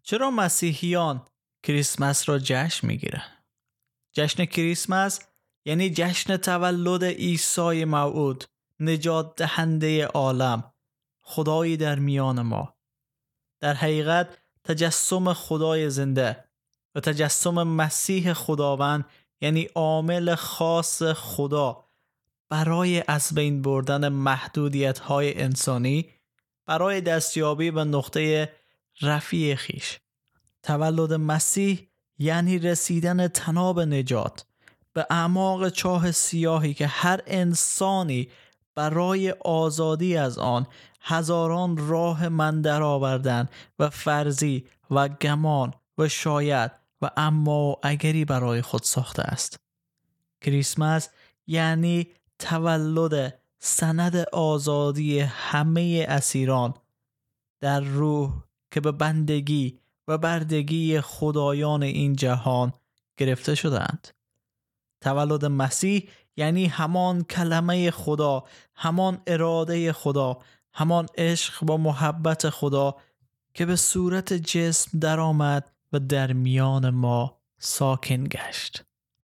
چرا مسیحیان کریسمس را جشن میگیرند؟ جشن کریسمس یعنی جشن تولد عیسی موعود، نجات دهنده عالم، خدایی در میان ما. در حقیقت تجسم خدای زنده و تجسم مسیح خداوند یعنی عامل خاص خدا برای از بین بردن محدودیت‌های انسانی، برای دستیابی به نقطه رفیع خیش. تولد مسیح یعنی رسیدن طناب نجات به اعماق چاه سیاهی که هر انسانی برای آزادی از آن هزاران راه من در آوردن و فرضی و گمان و شاید و اما و اگری برای خود ساخته است. کریسمس یعنی تولد سند آزادی همه اسیران در روح که به بندگی و بردگی خدایان این جهان گرفته شدند. تولد مسیح یعنی همان کلمه خدا، همان اراده خدا، همان عشق و محبت خدا که به صورت جسم درآمد و در میان ما ساکن گشت.